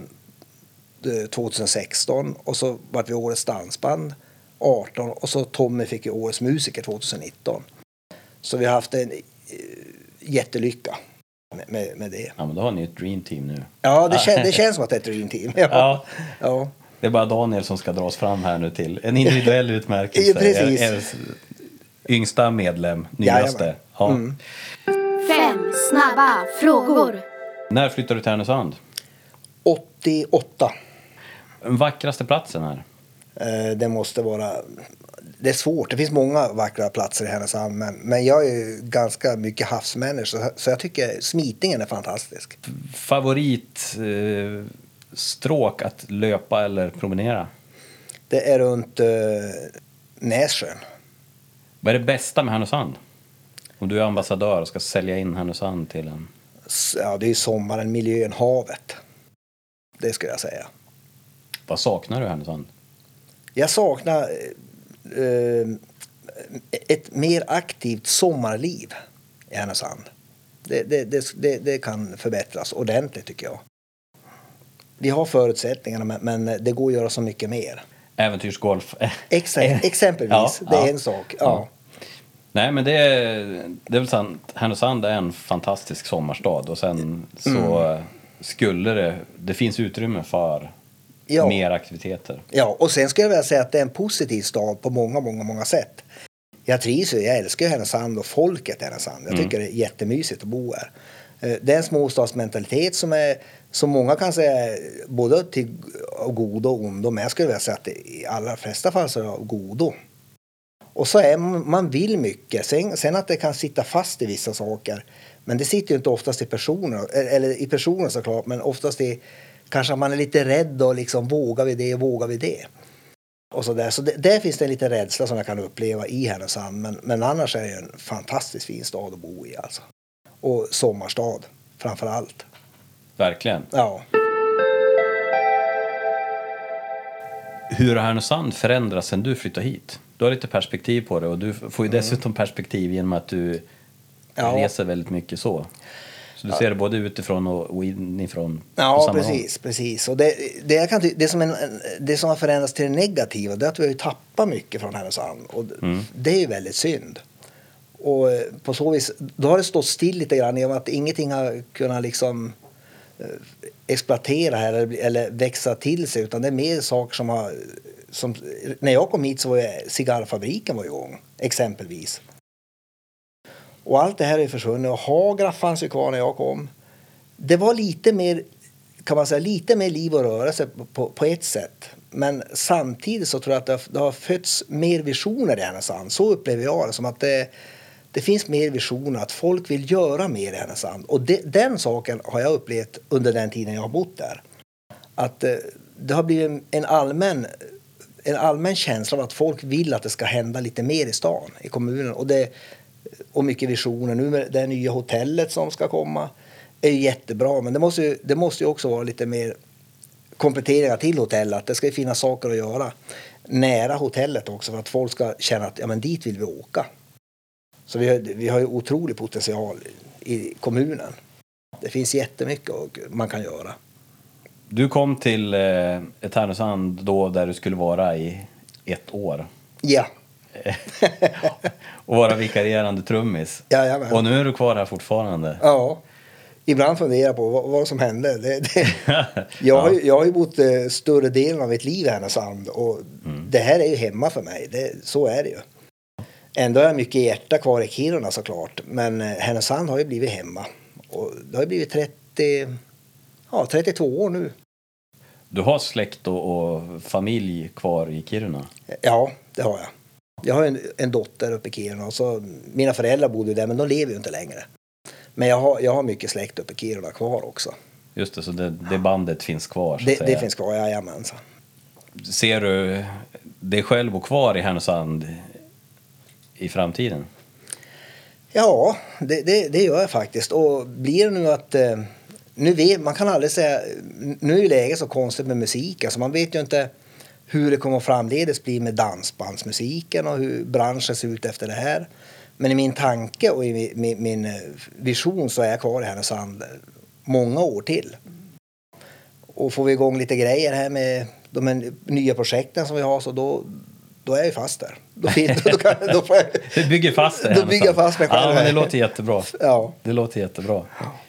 2016. Och så var vi årets dansband 18. Och så Tommy fick ju årets musiker 2019. Så vi har haft en jättelycka med det. Ja, men då har ni ett dream team nu. Ja, det känns som att det är ett dream team. Ja. Det är bara Daniel som ska dras fram här nu till en individuell utmärkelse. Precis. Är yngsta medlem, nyaste. Ja. 5 snabba frågor. När flyttar du till Härnösand? 88. Vackraste platsen här? Det måste vara... Det är svårt. Det finns många vackra platser i Härnösand, men jag är ju ganska mycket havsmänniska, så jag tycker Smitingen är fantastisk. Favoritstråk att löpa eller promenera? Det är runt Nässjön. Vad är det bästa med Härnösand? Om du är ambassadör och ska sälja in Härnösand till en... Ja, det är ju sommaren, miljön, havet. Det skulle jag säga. Vad saknar du i Härnösand? Jag saknar ett mer aktivt sommarliv i Härnösand. Det kan förbättras ordentligt tycker jag. Vi har förutsättningarna men det går att göra så mycket mer. Äventyrsgolf. Exempelvis, det är en sak. Ja. Nej, men det är väl sant. Härnösand är en fantastisk sommarstad och sen så skulle det finns utrymme för mer aktiviteter. Ja, och sen skulle jag vilja säga att det är en positiv stad på många sätt. Jag trivs ju, jag älskar Härnösand och folket i Härnösand. Jag tycker det är jättemysigt att bo här. Det är en småstadsmentalitet som många kan säga både till godo och ondo, men jag skulle vilja säga att det i allra flesta fall så är det av godo. Och så är man vill mycket. Sen att det kan sitta fast i vissa saker. Men det sitter ju inte oftast i personer. Eller i personer såklart. Men oftast i kanske man är lite rädd och liksom vågar vi det. Och så där. Så där finns det en liten rädsla som jag kan uppleva i Härnösand. Men annars är det en fantastiskt fin stad att bo i alltså. Och sommarstad framför allt. Verkligen. Ja. Hur har Härnösand förändrats sen du flyttade hit? Du har lite perspektiv på det och du får ju dessutom perspektiv genom att du reser väldigt mycket så. Så du ser det både utifrån och inifrån. Ja, precis. Och det som har förändrats till det negativa, det är att vi har ju tappat mycket från Härnösand. Och det är ju väldigt synd. Och på så vis, då har det stått still lite grann i och med att ingenting har kunnat liksom exploatera här eller växa till sig, utan det är mer saker som när jag kom hit så var cigarrfabriken var igång exempelvis. Och allt det här är försvunnit och Hagra fanns ju kvar när jag kom. Det var lite mer, kan man säga, lite mer liv och rörelse på ett sätt. Men samtidigt så tror jag att det har fötts mer visioner i Härnösand. Så upplever jag det, som att det finns mer visioner, att folk vill göra mer i Härnösand. Och den saken har jag upplevt under den tiden jag har bott där. Att det har blivit en allmän känsla av att folk vill att det ska hända lite mer i stan, i kommunen. Och mycket visioner. Nu med det nya hotellet som ska komma är ju jättebra. Men det måste ju också vara lite mer kompletteringar till hotellet. Det ska ju finnas saker att göra nära hotellet också för att folk ska känna att ja, men dit vill vi åka. Så vi har ju otrolig potential i kommunen. Det finns jättemycket man kan göra. Du kom till ett Härnösand då där du skulle vara i 1 år. Ja. Och vara vikarierande trummis. Jajamän. Och nu är du kvar här fortfarande. Ja. Ibland funderar jag på vad som hände. Jag har ju bott större delen av mitt liv i Härnösand. Och det här är ju hemma för mig. Så är det ju. Ändå har jag mycket hjärta kvar i Kiruna såklart. Men Härnösand har ju blivit hemma. Och det har ju blivit 32 år nu. Du har släkt och familj kvar i Kiruna? Ja, det har jag. Jag har en dotter uppe i Kiruna. Och så, mina föräldrar bodde där, men de lever ju inte längre. Men jag har mycket släkt uppe i Kiruna kvar också. Just det, så det bandet finns kvar? Det finns kvar, jajamensan. Ser du dig själv och kvar i Härnösand i framtiden? Ja, det gör jag faktiskt. Och blir det nu att... man kan aldrig säga... Nu är läget så konstigt med musik. Alltså man vet ju inte hur det kommer att framledes bli med dansbandsmusiken och hur branschen ser ut efter det här. Men i min tanke och i min vision så är jag kvar i Härnösand många år till. Och får vi igång lite grejer här med de här nya projekten som vi har, så då är jag fast där. Då får jag... Du bygger fast det. Då bygger jag fast mig själv. Ja, men det låter jättebra. Ja. Det låter jättebra.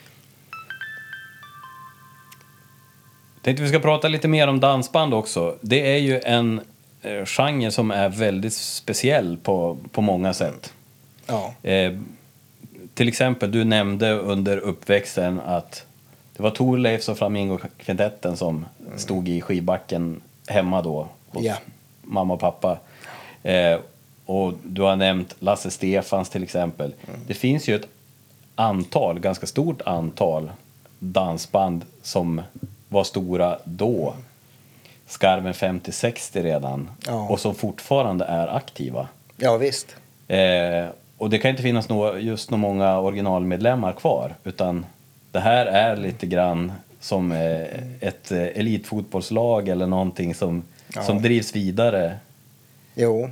Tänkte vi ska prata lite mer om dansband också. Det är ju en genre som är väldigt speciell på många sätt. Ja. Till exempel, du nämnde under uppväxten att det var Thorleifs och Flamingo-kvintetten som stod i skivbacken hemma då hos mamma och pappa. Och du har nämnt Lasse Stefans till exempel. Det finns ju ett ganska stort antal dansband som var stora då. Skarven 50-60 redan. Ja. Och som fortfarande är aktiva. Ja, visst. Och det kan inte finnas just några många originalmedlemmar kvar. Utan det här är lite grann som ett elitfotbollslag eller någonting som drivs vidare. Jo.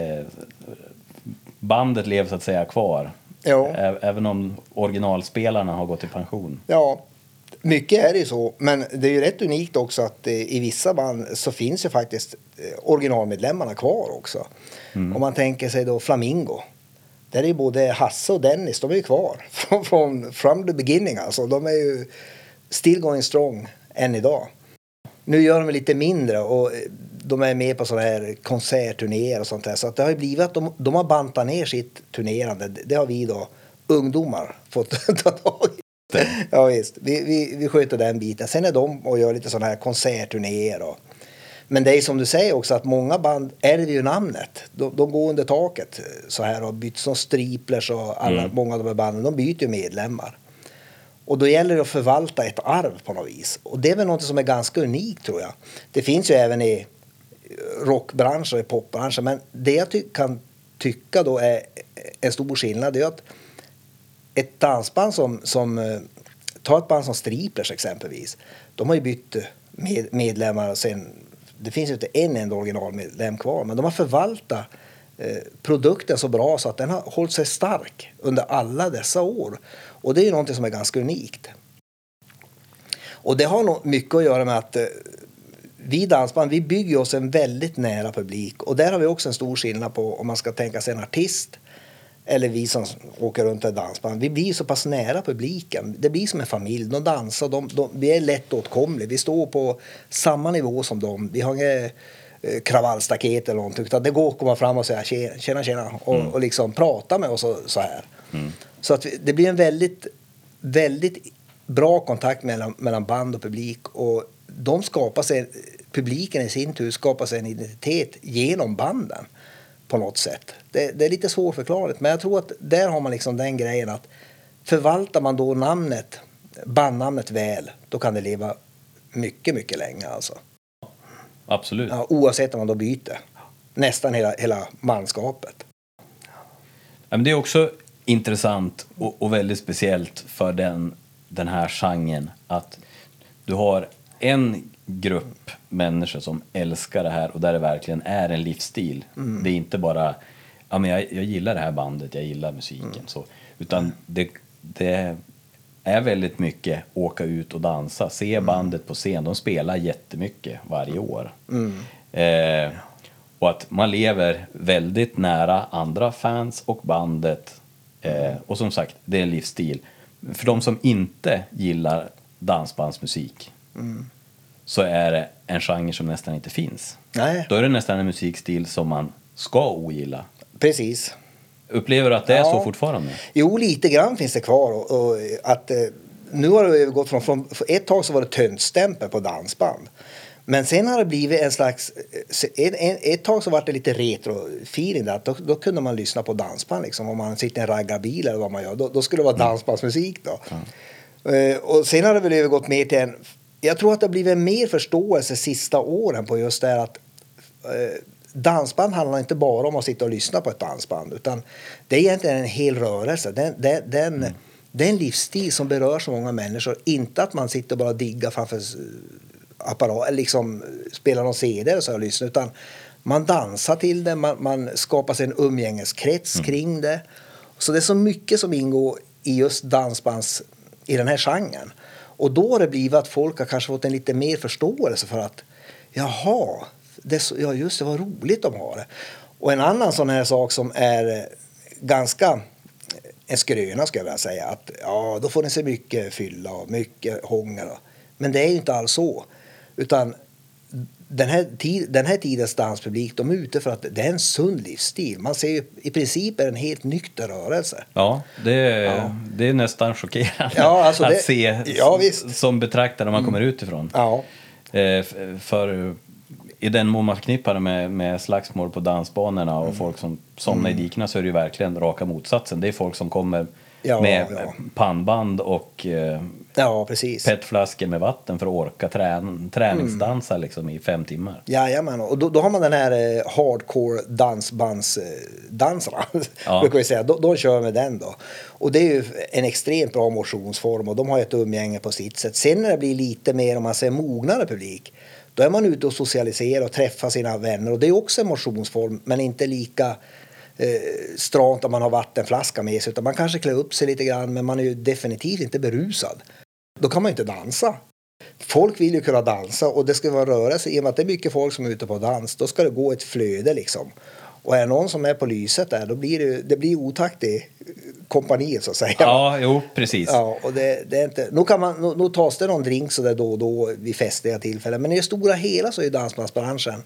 Bandet lever så att säga kvar. Jo. Även om originalspelarna har gått i pension. Ja, mycket är det ju så. Men det är ju rätt unikt också att i vissa band så finns ju faktiskt originalmedlemmarna kvar också. Om man tänker sig då Flamingo. Där är ju både Hasse och Dennis, de är ju kvar. From the beginning alltså. De är ju still going strong än idag. Nu gör de lite mindre och de är med på sådana här konsertturnéer och sånt där. Så att det har ju blivit att de har bantat ner sitt turnerande. Det har vi då, ungdomar, fått ta tag i. Ja visst, vi sköter den biten. Sen är de och gör lite sådana här konsertturnéer. Men det är som du säger också att många band ärver ju namnet. De går under taket så här och byter som Striplers och många av de här banden. De byter ju medlemmar. Och då gäller det att förvalta ett arv på något vis. Och det är väl något som är ganska unikt tror jag. Det finns ju även i rockbranschen och i popbranschen. Men det jag kan tycka då är en stor skillnad. Det är att ett dansband som ta ett band som Striplers exempelvis. De har ju bytt medlemmar sen. Det finns ju inte en enda originalmedlem kvar. Men de har förvaltat produkten så bra så att den har hållit sig stark under alla dessa år. Och det är ju någonting som är ganska unikt. Och det har nog mycket att göra med att vi dansband, vi bygger oss en väldigt nära publik. Och där har vi också en stor skillnad på om man ska tänka sig en artist eller vi som åker runt ett dansband. Vi blir så pass nära publiken. Det blir som en familj. De dansar, vi är lätt åtkomliga. Vi står på samma nivå som dem. Vi har inga kravallstaket eller någonting. Utan det går att komma fram och säga tjena och liksom prata med oss så här. Så att det blir en väldigt, väldigt bra kontakt mellan band och publik. Och publiken i sin tur skapar sig en identitet genom banden på något sätt. Det är lite svårförklarligt, men jag tror att där har man liksom den grejen att förvaltar man då bandnamnet väl, då kan det leva mycket, mycket länge alltså. Absolut. Ja, oavsett om man då byter. Nästan hela manskapet. Ja, men det är också intressant och väldigt speciellt för den här genren att du har en grupp människor som älskar det här och där det verkligen är en livsstil. Det är inte bara men jag gillar det här bandet, jag gillar musiken så, utan det är väldigt mycket åka ut och dansa, se bandet på scen, de spelar jättemycket varje år. Och att man lever väldigt nära andra fans och bandet och som sagt, det är en livsstil. För de som inte gillar dansbandsmusik så är det en genre som nästan inte finns. Nej. Då är det nästan en musikstil som man ska ogilla. Precis. Upplever du att det är så fortfarande? Jo, lite grann finns det kvar. Och att, nu har det övergått från ett tag så var det töntstämpel på dansband. Men sen har det blivit en slags... Ett tag så var det lite retro-feeling där. Då kunde man lyssna på dansband liksom. Om man sitter i en raggarbil eller vad man gör. Då skulle det vara dansbandsmusik då. Och sen har det väl övergått mer till en... Jag tror att det har blivit mer förståelse sista åren på just det här att dansband handlar inte bara om att sitta och lyssna på ett dansband, utan det är egentligen en hel rörelse. Det är en livsstil som berör så många människor. Inte att man sitter och bara diggar framför apparat eller liksom spelar någon CD och så och lyssnar, utan man dansar till det, man skapar sig en umgängeskrets kring det. Så det är så mycket som ingår i just dansbands i den här genren. Och då har det blivit att folk har kanske fått en lite mer förståelse för att jaha, det var roligt de har det. Och en annan sån här sak som är ganska en skröna ska jag vilja säga, att då får ni se mycket fylla och mycket hångel. Men det är ju inte alls så. Utan den här tidens danspublik, de är ute för att det är en sund livsstil. Man ser ju i princip är en helt nykter rörelse. Ja, det är nästan chockerande alltså att se visst. Som betraktare när man kommer utifrån. Ja. För i den mån man knippar med slagsmål på dansbanorna och folk som somnar i dikna, så är det ju verkligen raka motsatsen. Det är folk som kommer med pannband och Ja, precis. petflaskor med vatten för att orka träningsdansa liksom i 5 timmar. Jajamän, och då har man den här hardcore dansarna, brukar vi säga. De kör med den då. Och det är ju en extremt bra motionsform och de har ett umgänge på sitt sätt. Sen när det blir lite mer, om man säger mognare publik, då är man ute och socialiserar och träffar sina vänner. Och det är också en motionsform, men inte lika stramt om man har vattenflaska med sig. Utan man kanske klär upp sig lite grann, men man är ju definitivt inte berusad. Då kan man ju inte dansa. Folk vill ju kunna dansa och det ska vara rörelse. I och med att det är mycket folk som är ute på dans, då ska det gå ett flöde liksom. Och är det någon som är på lyset där, då blir det blir otakt i kompaniet så att säga. Ja, jo, precis. Ja, och det är inte... Nu tas det någon drink så där då och då vid festliga tillfällen. Men i det stora hela så är dansbandsbranschen,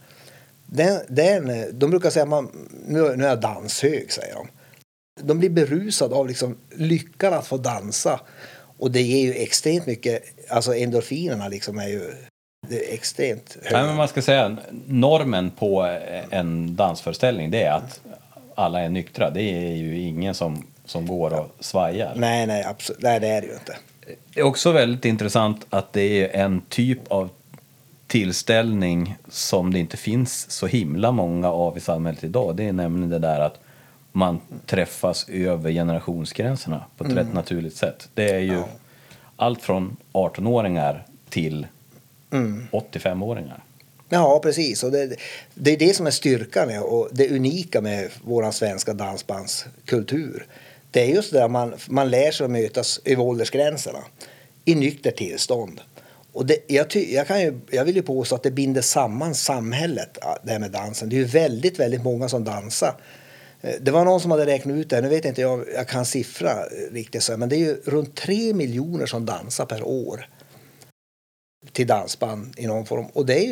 de brukar säga nu är jag danshög, säger de. De blir berusade av liksom lyckan att få dansa. Och det ger ju extremt mycket, alltså endorfinerna liksom är ju extremt höga. Nej, men man ska säga, normen på en dansföreställning, det är att alla är nyktra. Det är ju ingen som går och svajar. Nej, absolut. Nej, det är det ju inte. Det är också väldigt intressant att det är en typ av tillställning som det inte finns så himla många av i samhället idag. Det är nämligen det där att man träffas över generationsgränserna på ett rätt naturligt sätt. Det är ju allt från 18-åringar till 85-åringar. Ja, precis. Och det är det som är styrkan och det unika med vår svenska dansbandskultur. Det är just det där man lär sig att mötas över åldersgränserna i nykter tillstånd. Och jag vill ju påstå att det binder samman samhället, det här med dansen. Det är ju väldigt, väldigt många som dansar. Det var någon som hade räknat ut det, nu vet inte jag kan siffra riktigt så, men det är ju runt 3 miljoner som dansar per år till dansband i någon form. Och det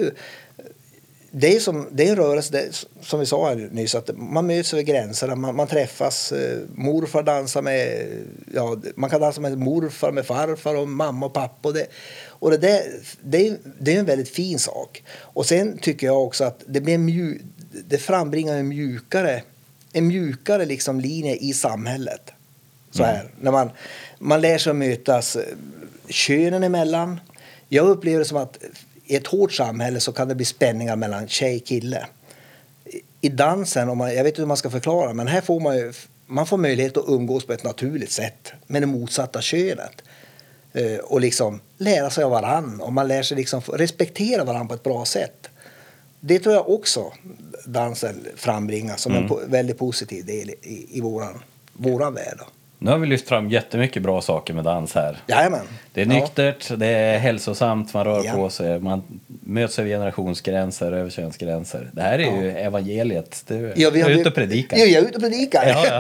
är en rörelse, som vi sa nyss, att man möts över gränserna, man träffas, morfar dansar med, man kan dansa med morfar, med farfar och mamma och pappa. Det är en väldigt fin sak. Och sen tycker jag också att det frambringar en mjukare liksom linje i samhället. Så här, när man lär sig att mötas könen emellan. Jag upplever det som att i ett hårt samhälle så kan det bli spänningar mellan tjej och kille. I dansen, jag vet inte hur man ska förklara, men här får man får möjlighet att umgås på ett naturligt sätt med det motsatta könet. Och liksom lära sig av varann. Och man lär sig liksom respektera varann på ett bra sätt. Det tror jag också dansen frambringar som en väldigt positiv del i våran värld. Nu har vi lyft fram jättemycket bra saker med dans här. Jajamän. Det är nyktert, det är hälsosamt, man rör på sig, man möts över generationsgränser, över könsgränser. Det här är ju evangeliet. Du är ute och predikar. Jag är ute och predikar. Ja.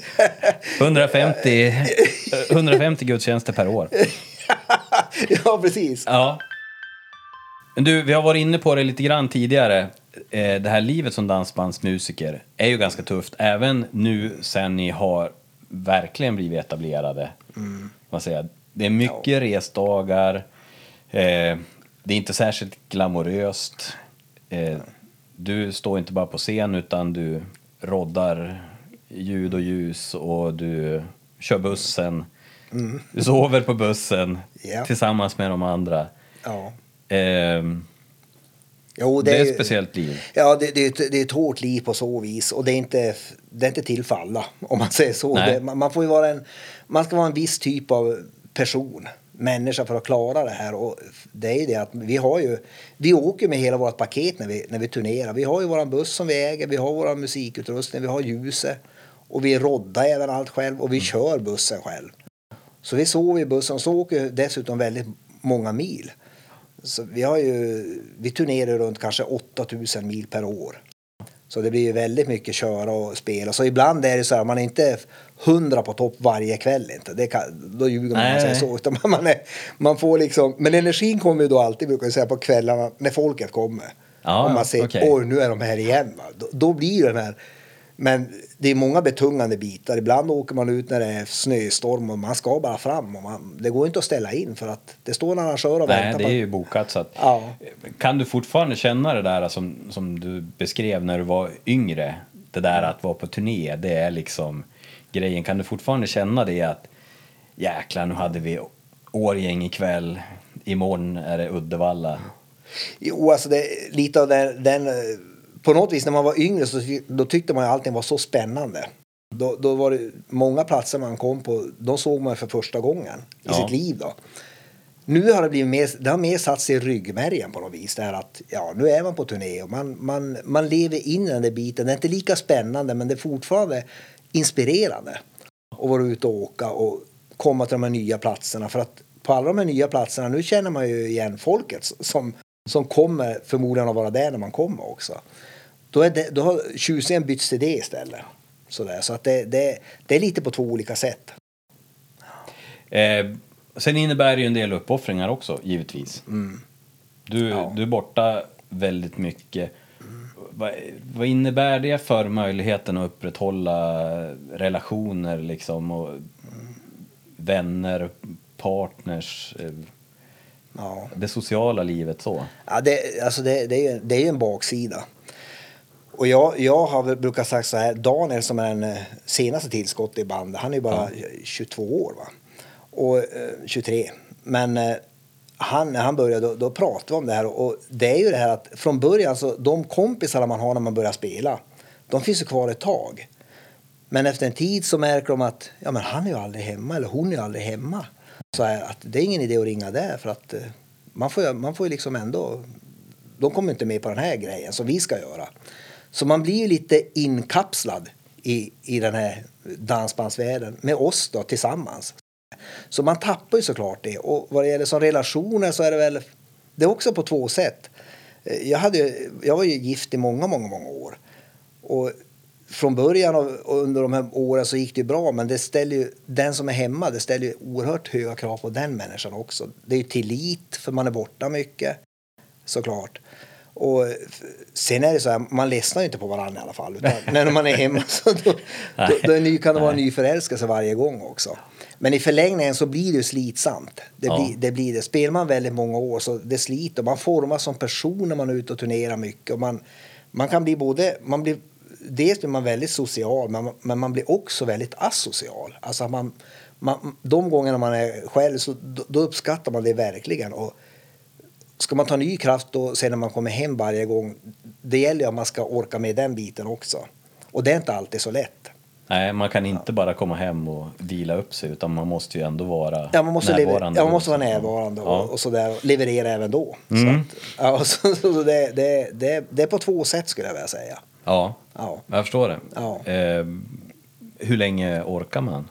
150 gudstjänster per år. Ja, precis. Ja. Men du, vi har varit inne på det lite grann tidigare. Det här livet som dansbandsmusiker är ju ganska tufft. Även nu sen ni har verkligen blivit etablerade. Det är mycket resdagar. Det är inte särskilt glamoröst. Du står inte bara på scen utan du roddar ljud och ljus och du kör bussen. Du sover på bussen tillsammans med de andra. Ja. Det är ett speciellt liv. Ja, det är ett hårt liv på så vis. Och det är inte till för alla, om man säger så. Man får ju man ska vara en viss typ av person, människa, för att klara det här. Och det är ju det att vi åker med hela vårt paket när vi turnerar. Vi har ju våran buss som vi äger, vi har våran musikutrustning, vi har ljuset. Och vi roddar även allt själv och vi kör bussen själv. Så vi sover i bussen och så åker dessutom väldigt många mil. Så vi turnerar runt kanske 8000 mil per år. Så det blir ju väldigt mycket köra och spela. Så ibland är det så här, man är inte 100 på topp varje kväll inte. Då ljuger man sig så. Utan man får liksom, men energin kommer ju då alltid, brukar jag säga, på kvällarna när folket kommer. Ja, och man ser, oj, nu är de här igen. Då blir den här. Men det är många betungande bitar. Ibland åker man ut när det är snöstorm och man ska bara fram. Och det går inte att ställa in för att det står en arrangör och väntar. Nej, det är ju bokat. Så att, kan du fortfarande känna det där som du beskrev när du var yngre? Det där att vara på turné, det är liksom grejen. Kan du fortfarande känna det att jäklar, nu hade vi Årgäng ikväll, imorgon är det Uddevalla. Jo, alltså det lite av den på något vis när man var yngre så då tyckte man ju allting var så spännande. Då var det många platser man kom på, de såg man för första gången i sitt liv då. Nu har det blivit mer satt sig i ryggmärgen på något vis. Det här att nu är man på turné och man lever in i den där biten. Det är inte lika spännande men det är fortfarande inspirerande att vara ute och åka och komma till de här nya platserna. För att på alla de här nya platserna, nu känner man ju igen folket som kommer förmodligen att vara där när man kommer också. Då har tjusningen bytts till det istället. Så att det är lite på två olika sätt. Sen innebär det ju en del uppoffringar också, givetvis. Du är borta väldigt mycket. Vad innebär det för möjligheten att upprätthålla relationer liksom, och vänner, partners, det sociala livet så? Ja, det är ju en baksida. Och jag har brukat sagt så här, Daniel som är den senaste tillskottet i bandet, han är ju bara 22 år va? Och 23. Men när han började då pratade vi om det här och det är ju det här att från början så de kompisar man har när man börjar spela, de finns ju kvar ett tag. Men efter en tid så märker de att men han är ju aldrig hemma eller hon är ju aldrig hemma. Så här, att det är ingen idé att ringa där för att man får ju liksom ändå, de kommer inte med på den här grejen som vi ska göra. Så man blir ju lite inkapslad i den här dansbandsvärlden med oss då tillsammans. Så man tappar ju såklart det. Och vad det gäller som relationer så är det väl, det är också på två sätt. Jag var ju gift i många år. Och från början och under de här åren så gick det bra, men det ställer ju, den som är hemma, det ställer ju oerhört höga krav på den människan också. Det är ju tillit, för man är borta mycket, såklart. Och sen är det så här, man ledsnar ju inte på varandra i alla fall. Utan när man är hemma så då kan det vara en ny förälskelse varje gång också. Men i förlängningen så blir det ju slitsamt. Det blir det. Spelar man väldigt många år så det sliter. Man formas som person när man är ute och turnerar mycket. Och man kan bli dels blir man väldigt social, men man blir också väldigt asocial. Alltså de gångerna man är själv så då uppskattar man det verkligen. Och ska man ta ny kraft då sen när man kommer hem varje gång, det gäller ju att man ska orka med den biten också. Och det är inte alltid så lätt. Nej, man kan inte bara komma hem och vila upp sig, utan man måste ju ändå vara närvarande. Man måste vara närvarande och sådär, och leverera även då. Så det är på två sätt skulle jag vilja säga. Ja. Jag förstår det. Ja. Hur länge orkar man?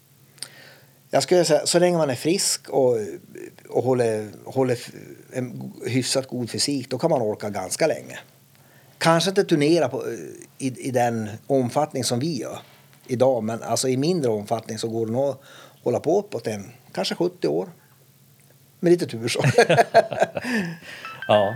Jag skulle säga, så länge man är frisk och håller en hyfsat god fysik, då kan man orka ganska länge. Kanske inte turnera i den omfattning som vi gör idag, men alltså i mindre omfattning så går det nog att hålla på uppåt kanske 70 år. Med lite tur så. Ja.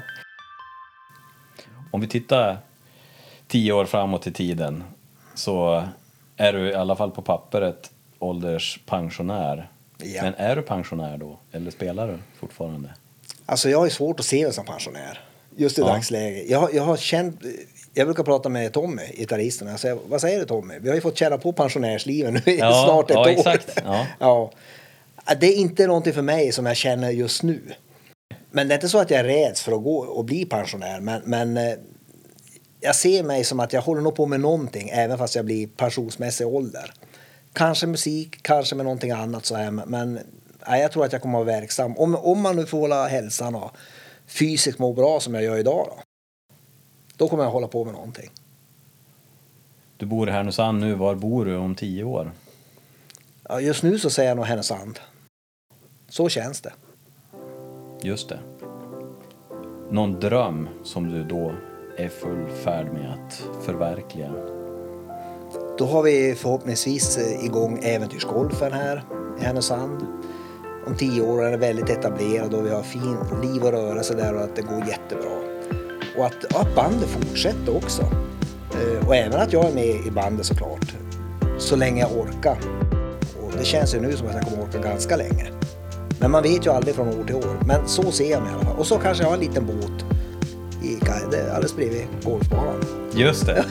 Om vi tittar 10 år framåt i tiden så är du i alla fall på pappret ålderspensionär. Ja. Men är du pensionär då? Eller spelar du fortfarande? Alltså jag har svårt att se mig som pensionär. Just i dagsläget. Jag har känt... Jag brukar prata med Tommy, gitarristen. Jag säger, vad säger du Tommy? Vi har ju fått känna på pensionärslivet nu snart ett år. Exakt. Ja. Det är inte någonting för mig som jag känner just nu. Men det är inte så att jag är rädd för att gå och bli pensionär. Men jag ser mig som att jag håller nog på med någonting även fast jag blir pensionsmässig ålder. Kanske musik, kanske med någonting annat så här. Men jag tror att jag kommer att vara verksam. Om man nu får hålla hälsan och fysiskt må bra som jag gör idag då kommer jag hålla på med någonting. Du bor i Härnösand nu. Var bor du om 10 år? Ja, just nu så säger jag nog Härnösand. Så känns det. Just det. Någon dröm som du då är full färd med att förverkliga? Då har vi förhoppningsvis igång äventyrsgolfen här i Härnösand. Om 10 år är det väldigt etablerad och vi har fin liv och rörelse där och att det går jättebra. Och att bandet fortsätter också. Och även att jag är med i bandet såklart. Så länge jag orkar. Och det känns ju nu som att jag kommer orka ganska länge. Men man vet ju aldrig från år till år. Men så ser jag mig i alla fall. Och så kanske jag har en liten båt alldeles bredvid golfbanan. Just det.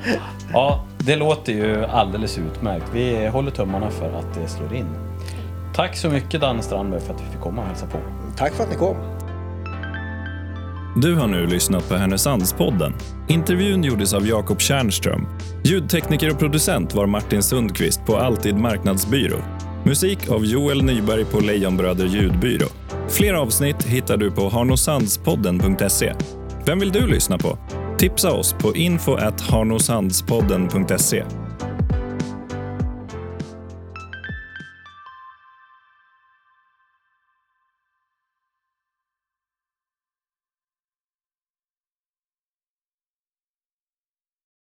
Ja, det låter ju alldeles utmärkt. Vi håller tummarna för att det slår in. Tack så mycket Danne Strandberg för att vi fick komma och hälsa på. Tack för att ni kom. Du har nu lyssnat på Härnösandspodden. Intervjun gjordes av Jakob Tjärnström. Ljudtekniker och producent var Martin Sundqvist på Alltid Marknadsbyrå. Musik av Joel Nyberg på Lejonbröder ljudbyrå. Fler avsnitt hittar du på harnosandspodden.se. Vem vill du lyssna på? Tipsa oss på info@harnosandspodden.se.